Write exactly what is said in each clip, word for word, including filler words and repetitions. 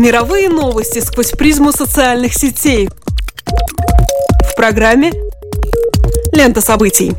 Мировые новости сквозь призму социальных сетей. В программе «Лента событий».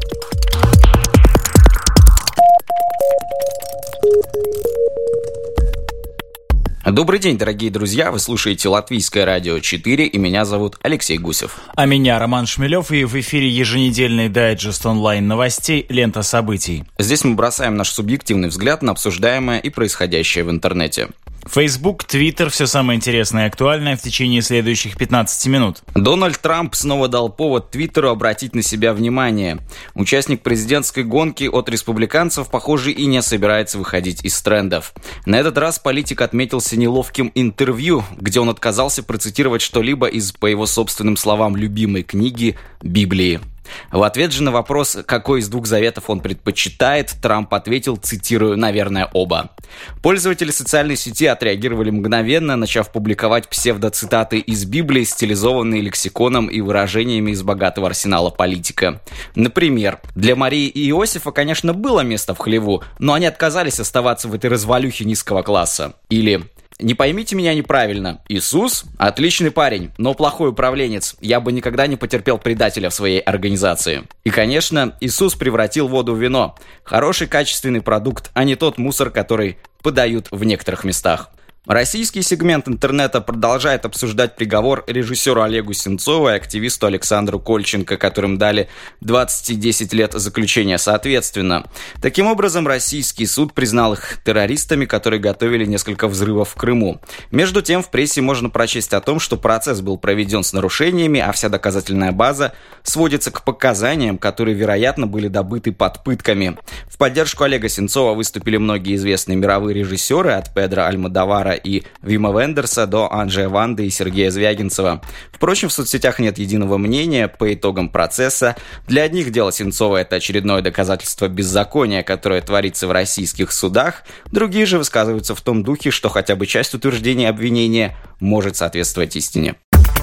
Добрый день, дорогие друзья! Вы слушаете Латвийское радио четыре, и меня зовут Алексей Гусев. А меня Роман Шмелев, и в эфире еженедельный дайджест онлайн-новостей «Лента событий». Здесь мы бросаем наш субъективный взгляд на обсуждаемое и происходящее в интернете. Facebook, Twitter – все самое интересное и актуальное в течение следующих пятнадцати минут. Дональд Трамп снова дал повод Твиттеру обратить на себя внимание. Участник президентской гонки от республиканцев, похоже, и не собирается выходить из трендов. На этот раз политик отметился неловким интервью, где он отказался процитировать что-либо из, по его собственным словам, любимой книги Библии. В ответ же на вопрос, какой из двух заветов он предпочитает, Трамп ответил, цитирую, «наверное, оба». Пользователи социальной сети отреагировали мгновенно, начав публиковать псевдоцитаты из Библии, стилизованные лексиконом и выражениями из богатого арсенала политика. Например, для Марии и Иосифа, конечно, было место в хлеву, но они отказались оставаться в этой развалюхе низкого класса. Или... Не поймите меня неправильно. Иисус – отличный парень, но плохой управленец. Я бы никогда не потерпел предателя в своей организации. И, конечно, Иисус превратил воду в вино. Хороший качественный продукт, а не тот мусор, который подают в некоторых местах. Российский сегмент интернета продолжает обсуждать приговор режиссеру Олегу Сенцову и активисту Александру Кольченко, которым дали двадцать и десять лет заключения соответственно. Таким образом, российский суд признал их террористами, которые готовили несколько взрывов в Крыму. Между тем, в прессе можно прочесть о том, что процесс был проведен с нарушениями, а вся доказательная база сводится к показаниям, которые, вероятно, были добыты под пытками. В поддержку Олега Сенцова выступили многие известные мировые режиссеры, от Педро Альмодовара и Вима Вендерса до Анджея Ванды и Сергея Звягинцева. Впрочем, в соцсетях нет единого мнения по итогам процесса. Для одних дело Сенцова – это очередное доказательство беззакония, которое творится в российских судах. Другие же высказываются в том духе, что хотя бы часть утверждений обвинения может соответствовать истине.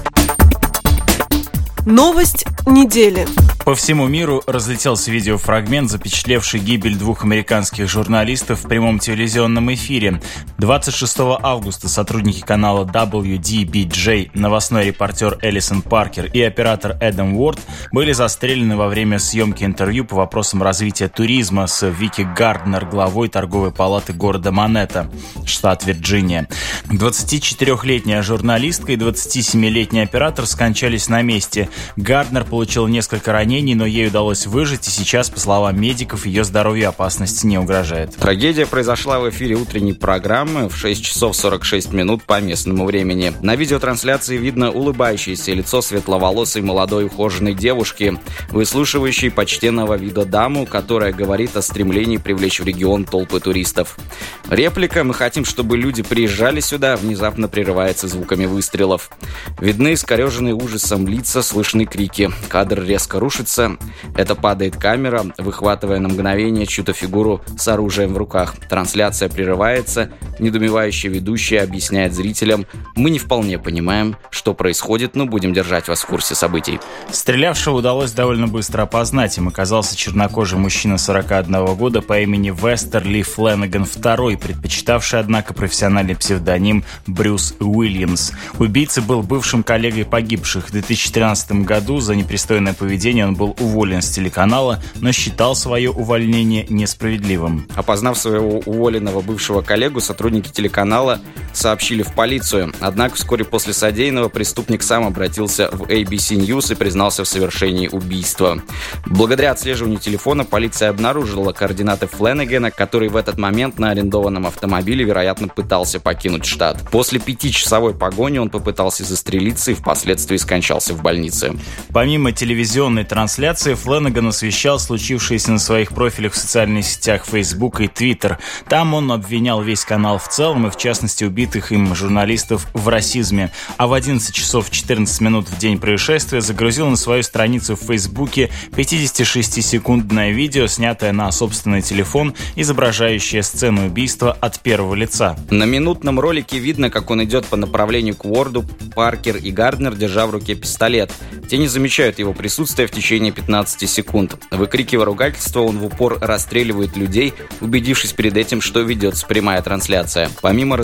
Новость недели. По всему миру разлетелся видеофрагмент, запечатлевший гибель двух американских журналистов в прямом телевизионном эфире. двадцать шестого августа сотрудники канала дабл ю ди би джей, новостной репортер Элисон Паркер и оператор Эдам Уорд были застрелены во время съемки интервью по вопросам развития туризма с Вики Гарднер, главой торговой палаты города Монетта, штат Вирджиния. двадцатичетырехлетняя журналистка и двадцатисемилетний оператор скончались на месте. Гарднер получил несколько ранений, но ей удалось выжить, и сейчас, по словам медиков, ее здоровью опасности не угрожает. Трагедия произошла в эфире утренней программы в шесть часов сорок шесть минут по местному времени. На видеотрансляции видно улыбающееся лицо светловолосой молодой ухоженной девушки, выслушивающей почтенного вида даму, которая говорит о стремлении привлечь в регион толпы туристов. Реплика «Мы хотим, чтобы люди приезжали сюда» внезапно прерывается звуками выстрелов. Видны искореженные ужасом лица, слышны крики. Кадр резко рушится. Это падает камера, выхватывая на мгновение чью-то фигуру с оружием в руках. Трансляция прерывается. Недоумевающий ведущий объясняет зрителям: «Мы не вполне понимаем, что происходит, но будем держать вас в курсе событий». Стрелявшего удалось довольно быстро опознать. Им оказался чернокожий мужчина сорока одного года по имени Вестер Ли Фленнеган второй, предпочитавший, однако, профессиональный псевдоним Брюс Уильямс. Убийца был бывшим коллегой погибших. В две тысячи тринадцатом году за непристойное поведение он был уволен с телеканала, но считал свое увольнение несправедливым. Опознав своего уволенного бывшего коллегу, сотрудники телеканала сообщили в полицию. Однако вскоре после содеянного преступник сам обратился в эй би си News и признался в совершении убийства. Благодаря отслеживанию телефона полиция обнаружила координаты Фленнегана, который в этот момент на арендованном автомобиле, вероятно, пытался покинуть штат. После пятичасовой погони он попытался застрелиться и впоследствии скончался в больнице. Помимо телевизионной трансляции, Фленнеган освещал случившееся на своих профилях в социальных сетях Facebook и Twitter. Там он обвинял весь канал в целом и, в частности, убитых им журналистов в расизме. А в одиннадцать часов четырнадцать минут в день происшествия загрузил на свою страницу в Фейсбуке пятидесятишестисекундное видео, снятое на собственный телефон, изображающее сцену убийства от первого лица. На минутном ролике видно, как он идет по направлению к Уорду, Паркер и Гарднер, держа в руке пистолет. Те не замечают его присутствия в течение пятнадцати секунд. Выкрикивая ругательство, он в упор расстреливает людей, убедившись перед этим, что ведется прямая трансляция. Помимо размещенной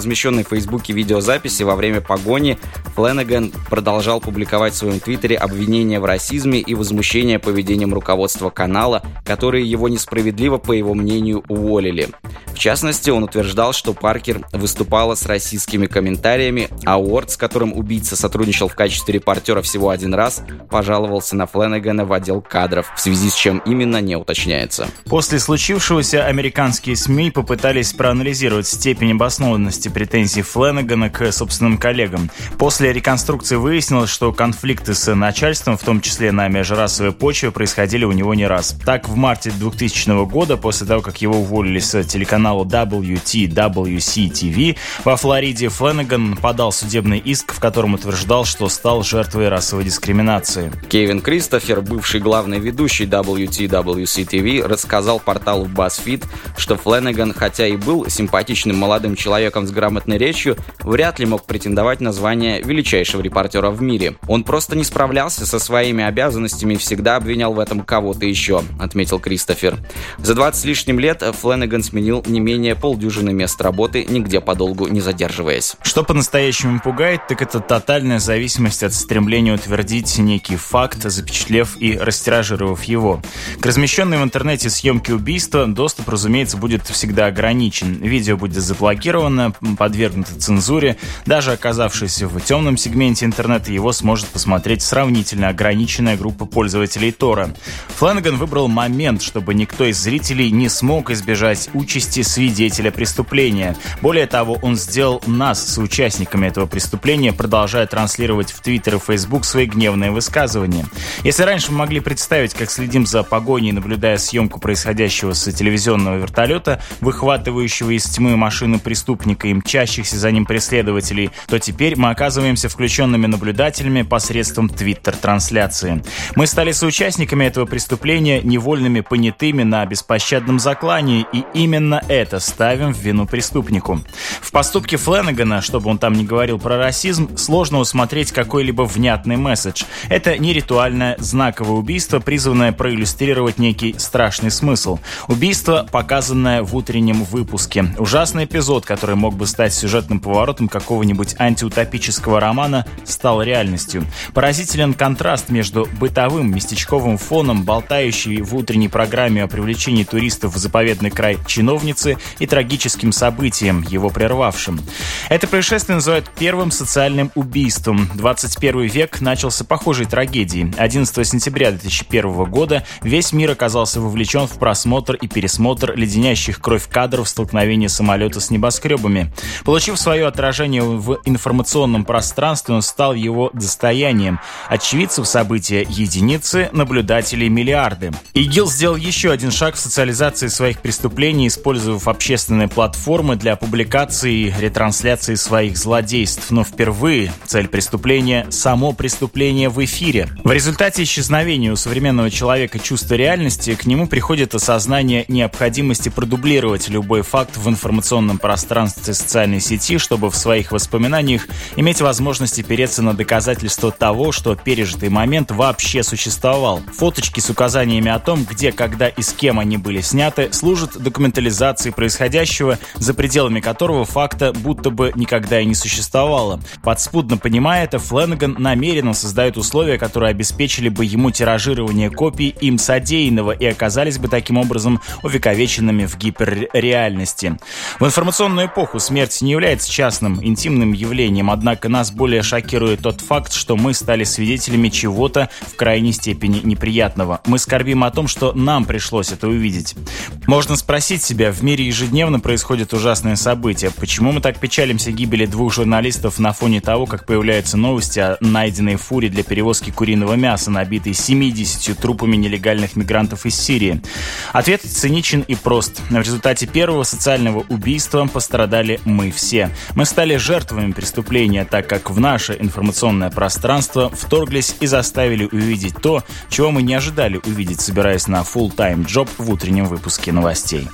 Фейсбуке видеозаписи во время погони, Флэнаган продолжал публиковать в своем твиттере обвинения в расизме и возмущение поведением руководства канала, которые его несправедливо, по его мнению, уволили. В частности, он утверждал, что Паркер выступала с расистскими комментариями, а Уорд, с которым убийца сотрудничал в качестве репортера всего один раз, пожаловался на Флэнагана в отдел кадров, в связи с чем именно не уточняется. После случившегося американские СМИ попытались проанализировать степень обоснованности претензий Флэнагана к собственным коллегам. После реконструкции выяснилось, что конфликты с начальством, в том числе на межрасовой почве, происходили у него не раз. Так, в марте двухтысячного года, после того, как его уволили с телеканала дабл ю ти дабл ю си ти ви, во Флориде Флэнаган подал судебный иск, в котором утверждал, что стал жертвой расовой дискриминации. Кевин Кристофер, бывший главный ведущий дабл ю ти дабл ю си ти ви, рассказал порталу BuzzFeed, что Флэнаган, хотя и был симпатичным молодым человеком с грамотной речью, вряд ли мог претендовать на звание величайшего репортера в мире. Он просто не справлялся со своими обязанностями и всегда обвинял в этом кого-то еще, отметил Кристофер. За двадцать с лишним лет Флэнаган сменил не менее полдюжины мест работы, нигде подолгу не задерживаясь. Что по-настоящему пугает, так это тотальная зависимость от стремления утвердить некий факт, запечатлев и растиражировав его. К размещенной в интернете съемке убийства доступ, разумеется, будет всегда ограничен. Видео будет заблокировано, подвергнуто цензуре. Даже оказавшись в темном сегменте интернета, его сможет посмотреть сравнительно ограниченная группа пользователей Тора. Флэнаган выбрал момент, чтобы никто из зрителей не смог избежать участи свидетеля преступления. Более того, он сделал нас соучастниками этого преступления, продолжая транслировать в Твиттер и Фейсбук свои гневные высказывания. Если раньше мы могли представить, как следим за погоней, наблюдая съемку происходящего с телевизионного вертолета, выхватывающего из тьмы машину преступника и мчащихся за ним преследователей, то теперь мы оказываемся включенными наблюдателями посредством Твиттер-трансляции. Мы стали соучастниками этого преступления, невольными понятыми на беспощадном заклании, и именно это ставим в вину преступнику. В поступке Флэнагана, чтобы он там не говорил про расизм, сложно усмотреть какой-либо внятный месседж. Это не ритуальное знаковое убийство, призванное проиллюстрировать некий страшный смысл. Убийство, показанное в утреннем выпуске. Ужасный эпизод, который мог бы стать сюжетным поворотом какого-нибудь антиутопического романа, стал реальностью. Поразителен контраст между бытовым местечковым фоном, болтающей в утренней программе о привлечении туристов в заповедный край чиновницы, и трагическим событием, его прервавшим. Это происшествие называют первым социальным убийством. двадцать первый век начался похожей трагедией. одиннадцатого сентября две тысячи первого года весь мир оказался вовлечен в просмотр и пересмотр леденящих кровь кадров столкновения самолета с небоскребами. Получив свое отражение в информационном пространстве, он стал его достоянием. Очевидцев события — единицы, наблюдателей — миллиарды. ИГИЛ сделал еще один шаг в социализации своих преступлений, использовав общественные платформы для публикации и ретрансляции своих злодейств. Но впервые цель преступления — само преступление в эфире. В результате исчезновения у современного человека чувства реальности к нему приходит осознание необходимости продублировать любой факт в информационном пространстве социальной сети, чтобы в своих воспоминаниях иметь возможность опереться на доказательства того, что пережитый момент вообще существовал. Фоточки с указаниями о том, где, когда и с кем они были сняты, служат документализацией происходящего, за пределами которого факта будто бы никогда и не существовало. Подспудно понимая это, Флэнаган намеренно создает условия, которые обеспечили бы ему тиражирование копий им содеянного и оказались бы таким образом увековеченными в гиперреальности. В информационную эпоху смерть не является частным, интимным явлением, однако нас более шокирует тот факт, что мы стали свидетелями чего-то в крайней степени неприятного. Мы скорбим о том, что нам пришлось это увидеть. Можно спросить себя, в мире ежедневно происходят ужасные события. Почему мы так печалимся гибели двух журналистов на фоне того, как появляются новости о найденной фуре для перевозки куриного мяса, набитой семьюдесятью трупами нелегальных мигрантов из Сирии? Ответ циничен и прост. В результате первого социального убийства пострадали мы все. Мы стали жертвами преступления, так как в наше информационное пространство вторглись и заставили увидеть то, чего мы не ожидали увидеть, собираясь на full-time job в утреннем выпуске новостей.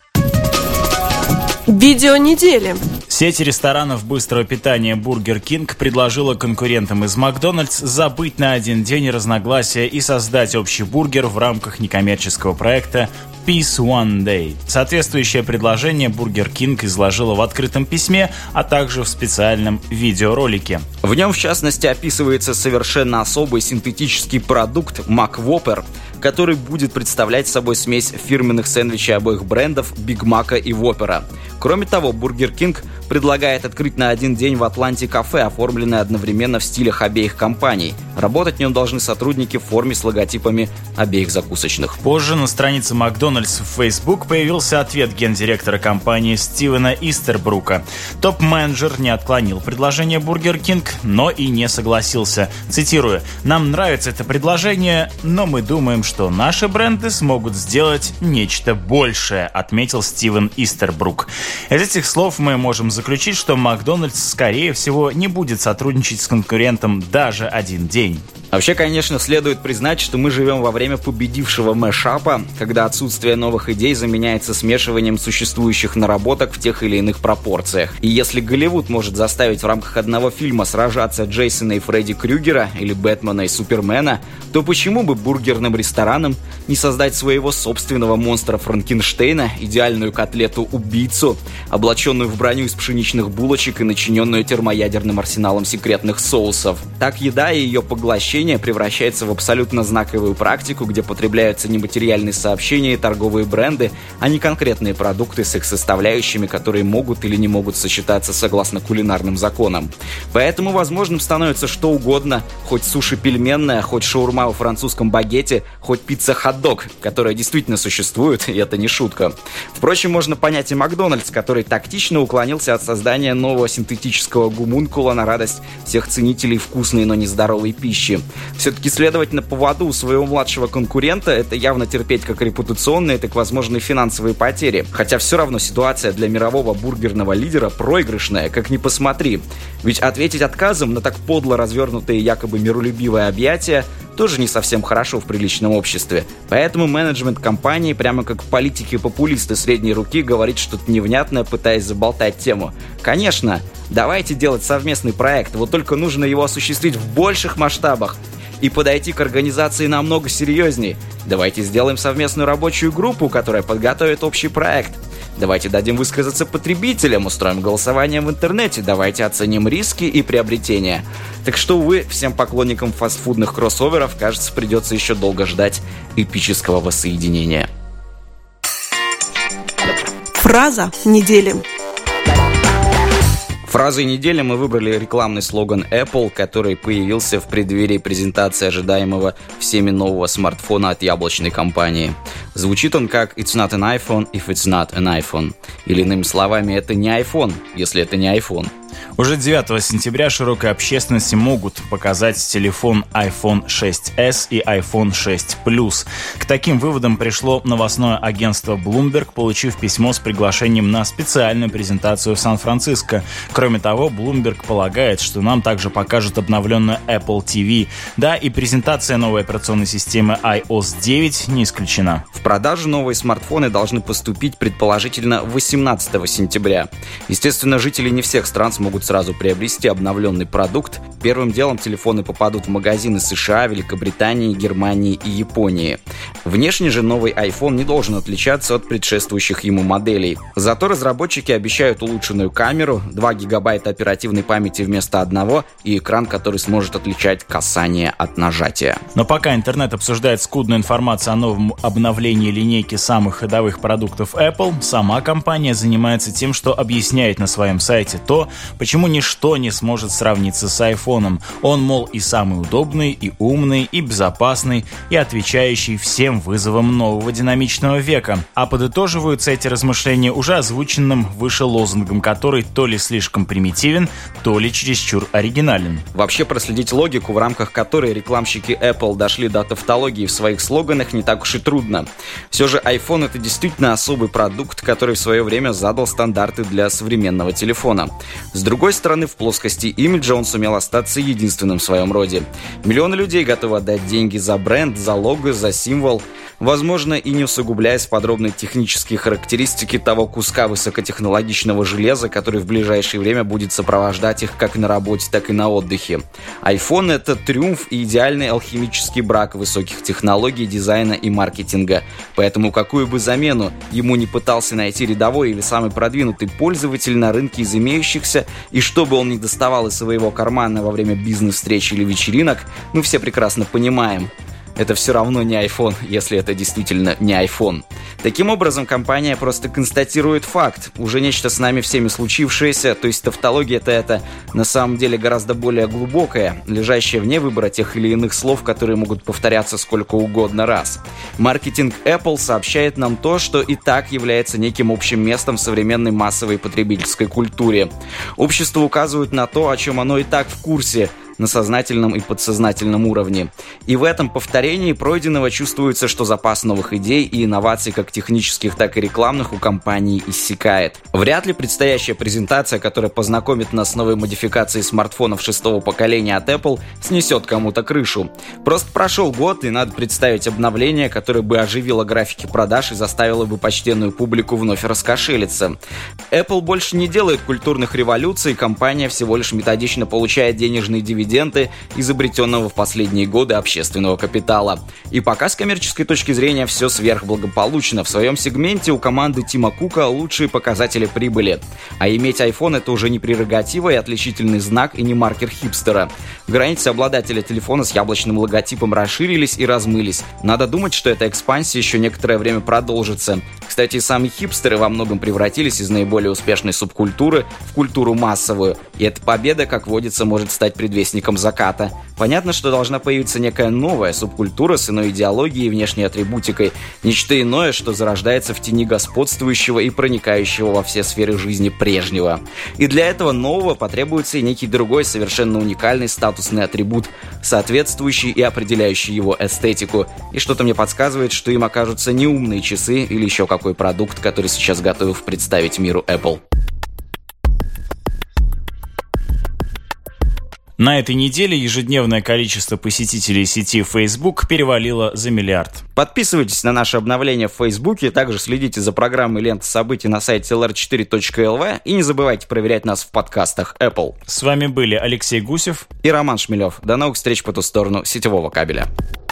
Видео недели. Сеть ресторанов быстрого питания Burger King предложила конкурентам из Макдональдс забыть на один день разногласия и создать общий бургер в рамках некоммерческого проекта Peace One Day. Соответствующее предложение Burger King изложила в открытом письме, а также в специальном видеоролике. В нем, в частности, описывается совершенно особый синтетический продукт McWhopper, который будет представлять собой смесь фирменных сэндвичей обоих брендов Биг Мака и Воппера. Кроме того, Burger King предлагает открыть на один день в Атланте кафе, оформленное одновременно в стилях обеих компаний. Работать в нем должны сотрудники в форме с логотипами обеих закусочных. Позже на странице Макдональдс в Facebook появился ответ гендиректора компании Стивена Истербрука. Топ-менеджер не отклонил предложение Burger King, но и не согласился. Цитирую: «Нам нравится это предложение, но мы думаем, что наши бренды смогут сделать нечто большее», отметил Стивен Истербрук. Из этих слов мы можем заключить, что Макдональдс, скорее всего, не будет сотрудничать с конкурентом даже один день. Вообще, конечно, следует признать, что мы живем во время победившего мэшапа, когда отсутствие новых идей заменяется смешиванием существующих наработок в тех или иных пропорциях. И если Голливуд может заставить в рамках одного фильма сражаться Джейсона и Фредди Крюгера или Бэтмена и Супермена, то почему бы бургерным ресторанам не создать своего собственного монстра Франкенштейна, идеальную котлету-убийцу, облаченную в броню из пшеничных булочек и начиненную термоядерным арсеналом секретных соусов? Так еда и ее поглощение превращается в абсолютно знаковую практику, где потребляются нематериальные сообщения и торговые бренды, а не конкретные продукты с их составляющими, которые могут или не могут сочетаться согласно кулинарным законам. Поэтому возможным становится что угодно, хоть суши пельменная, хоть шаурма во французском багете, хоть пицца-хот-дог, которая действительно существует, и это не шутка. Впрочем, можно понять и Макдональдс, который тактично уклонился от создания нового синтетического гомункула на радость всех ценителей вкусной, но нездоровой пищи. Все-таки следовать на поводу у своего младшего конкурента — это явно терпеть как репутационные, так и возможные финансовые потери. Хотя все равно ситуация для мирового бургерного лидера проигрышная, как ни посмотри. Ведь ответить отказом на так подло развернутые якобы миролюбивые объятия тоже не совсем хорошо в приличном обществе. Поэтому менеджмент компании, прямо как политики-популисты средней руки, говорит что-то невнятное, пытаясь заболтать тему. Конечно, давайте делать совместный проект, вот только нужно его осуществить в больших масштабах и подойти к организации намного серьезней. Давайте сделаем совместную рабочую группу, которая подготовит общий проект. Давайте дадим высказаться потребителям, устроим голосование в интернете, давайте оценим риски и приобретения. Так что, увы, всем поклонникам фастфудных кроссоверов, кажется, придется еще долго ждать эпического воссоединения. Фраза недели. Фразой недели мы выбрали рекламный слоган Apple, который появился в преддверии презентации ожидаемого всеми нового смартфона от яблочной компании. Звучит он как «It's not an iPhone if it's not an iPhone». Или, иными словами, это не iPhone, если это не iPhone. Уже девятого сентября широкой общественности могут показать телефон айфон шесть эс и айфон шесть плюс. К таким выводам пришло новостное агентство Bloomberg, получив письмо с приглашением на специальную презентацию в Сан-Франциско. Кроме того, Bloomberg полагает, что нам также покажут обновленную Apple ти ви. Да, и презентация новой операционной системы ай о эс девять не исключена. В продажу новые смартфоны должны поступить предположительно восемнадцатого сентября. Естественно, жители не всех стран смогут сразу приобрести обновленный продукт. Первым делом телефоны попадут в магазины США, Великобритании, Германии и Японии. Внешне же новый iPhone не должен отличаться от предшествующих ему моделей. Зато разработчики обещают улучшенную камеру, два гигабайта оперативной памяти вместо одного и экран, который сможет отличать касание от нажатия. Но пока интернет обсуждает скудную информацию о новом обновлении линейки самых ходовых продуктов Apple, сама компания занимается тем, что объясняет на своем сайте то, почему ничто не сможет сравниться с айфоном. Он, мол, и самый удобный, и умный, и безопасный, и отвечающий всем вызовам нового динамичного века. А подытоживаются эти размышления уже озвученным выше лозунгом, который то ли слишком примитивен, то ли чересчур оригинален. Вообще проследить логику, в рамках которой рекламщики Apple дошли до тавтологии в своих слоганах, не так уж и трудно. Все же iPhone — это действительно особый продукт, который в свое время задал стандарты для современного телефона. С другой стороны, в плоскости имиджа он сумел остаться единственным в своем роде. Миллионы людей готовы отдать деньги за бренд, за лого, за символ. возможно, и не усугубляясь подробной технические характеристики того куска высокотехнологичного железа, который в ближайшее время будет сопровождать их как на работе, так и на отдыхе. iPhone — это триумф и идеальный алхимический брак высоких технологий, дизайна и маркетинга. Поэтому какую бы замену ему не пытался найти рядовой или самый продвинутый пользователь на рынке из имеющихся, и что бы он ни доставал из своего кармана во время бизнес-встреч или вечеринок, мы все прекрасно понимаем — это все равно не iPhone, если это действительно не iPhone. Таким образом, компания просто констатирует факт, уже нечто с нами всеми случившееся, то есть тавтология-то это на самом деле гораздо более глубокая, лежащая вне выбора тех или иных слов, которые могут повторяться сколько угодно раз. Маркетинг Apple сообщает нам то, что и так является неким общим местом в современной массовой потребительской культуре. Общество указывает на то, о чем оно и так в курсе, на сознательном и подсознательном уровне. И в этом повторении пройденного чувствуется, что запас новых идей и инноваций как технических, так и рекламных у компании иссякает. Вряд ли предстоящая презентация, которая познакомит нас с новой модификацией смартфонов шестого поколения от Apple, снесет кому-то крышу. Просто прошел год, и надо представить обновление, которое бы оживило графики продаж и заставило бы почтенную публику вновь раскошелиться. Apple больше не делает культурных революций, компания всего лишь методично получает денежные дивиденды изобретенного в последние годы общественного капитала. И пока с коммерческой точки зрения все сверхблагополучно. В своем сегменте у команды Тима Кука лучшие показатели прибыли. А иметь iPhone — это уже не прерогатива и отличительный знак, и не маркер хипстера. Границы обладателя телефона с яблочным логотипом расширились и размылись. Надо думать, что эта экспансия еще некоторое время продолжится. Кстати, сами хипстеры во многом превратились из наиболее успешной субкультуры в культуру массовую. И эта победа, как водится, может стать предвестником заката. Понятно, что должна появиться некая новая субкультура с иной идеологией и внешней атрибутикой. Нечто иное, что зарождается в тени господствующего и проникающего во все сферы жизни прежнего. И для этого нового потребуется и некий другой, совершенно уникальный статусный атрибут, соответствующий и определяющий его эстетику. И что-то мне подсказывает, что им окажутся не умные часы или еще какой продукт, который сейчас готов представить миру Apple. На этой неделе ежедневное количество посетителей сети Facebook перевалило за миллиард. Подписывайтесь на наши обновления в Фейсбуке, также следите за программой «Лента событий» на сайте эл эр четыре точка эл ви и не забывайте проверять нас в подкастах Apple. С вами были Алексей Гусев и Роман Шмелев. До новых встреч по ту сторону сетевого кабеля.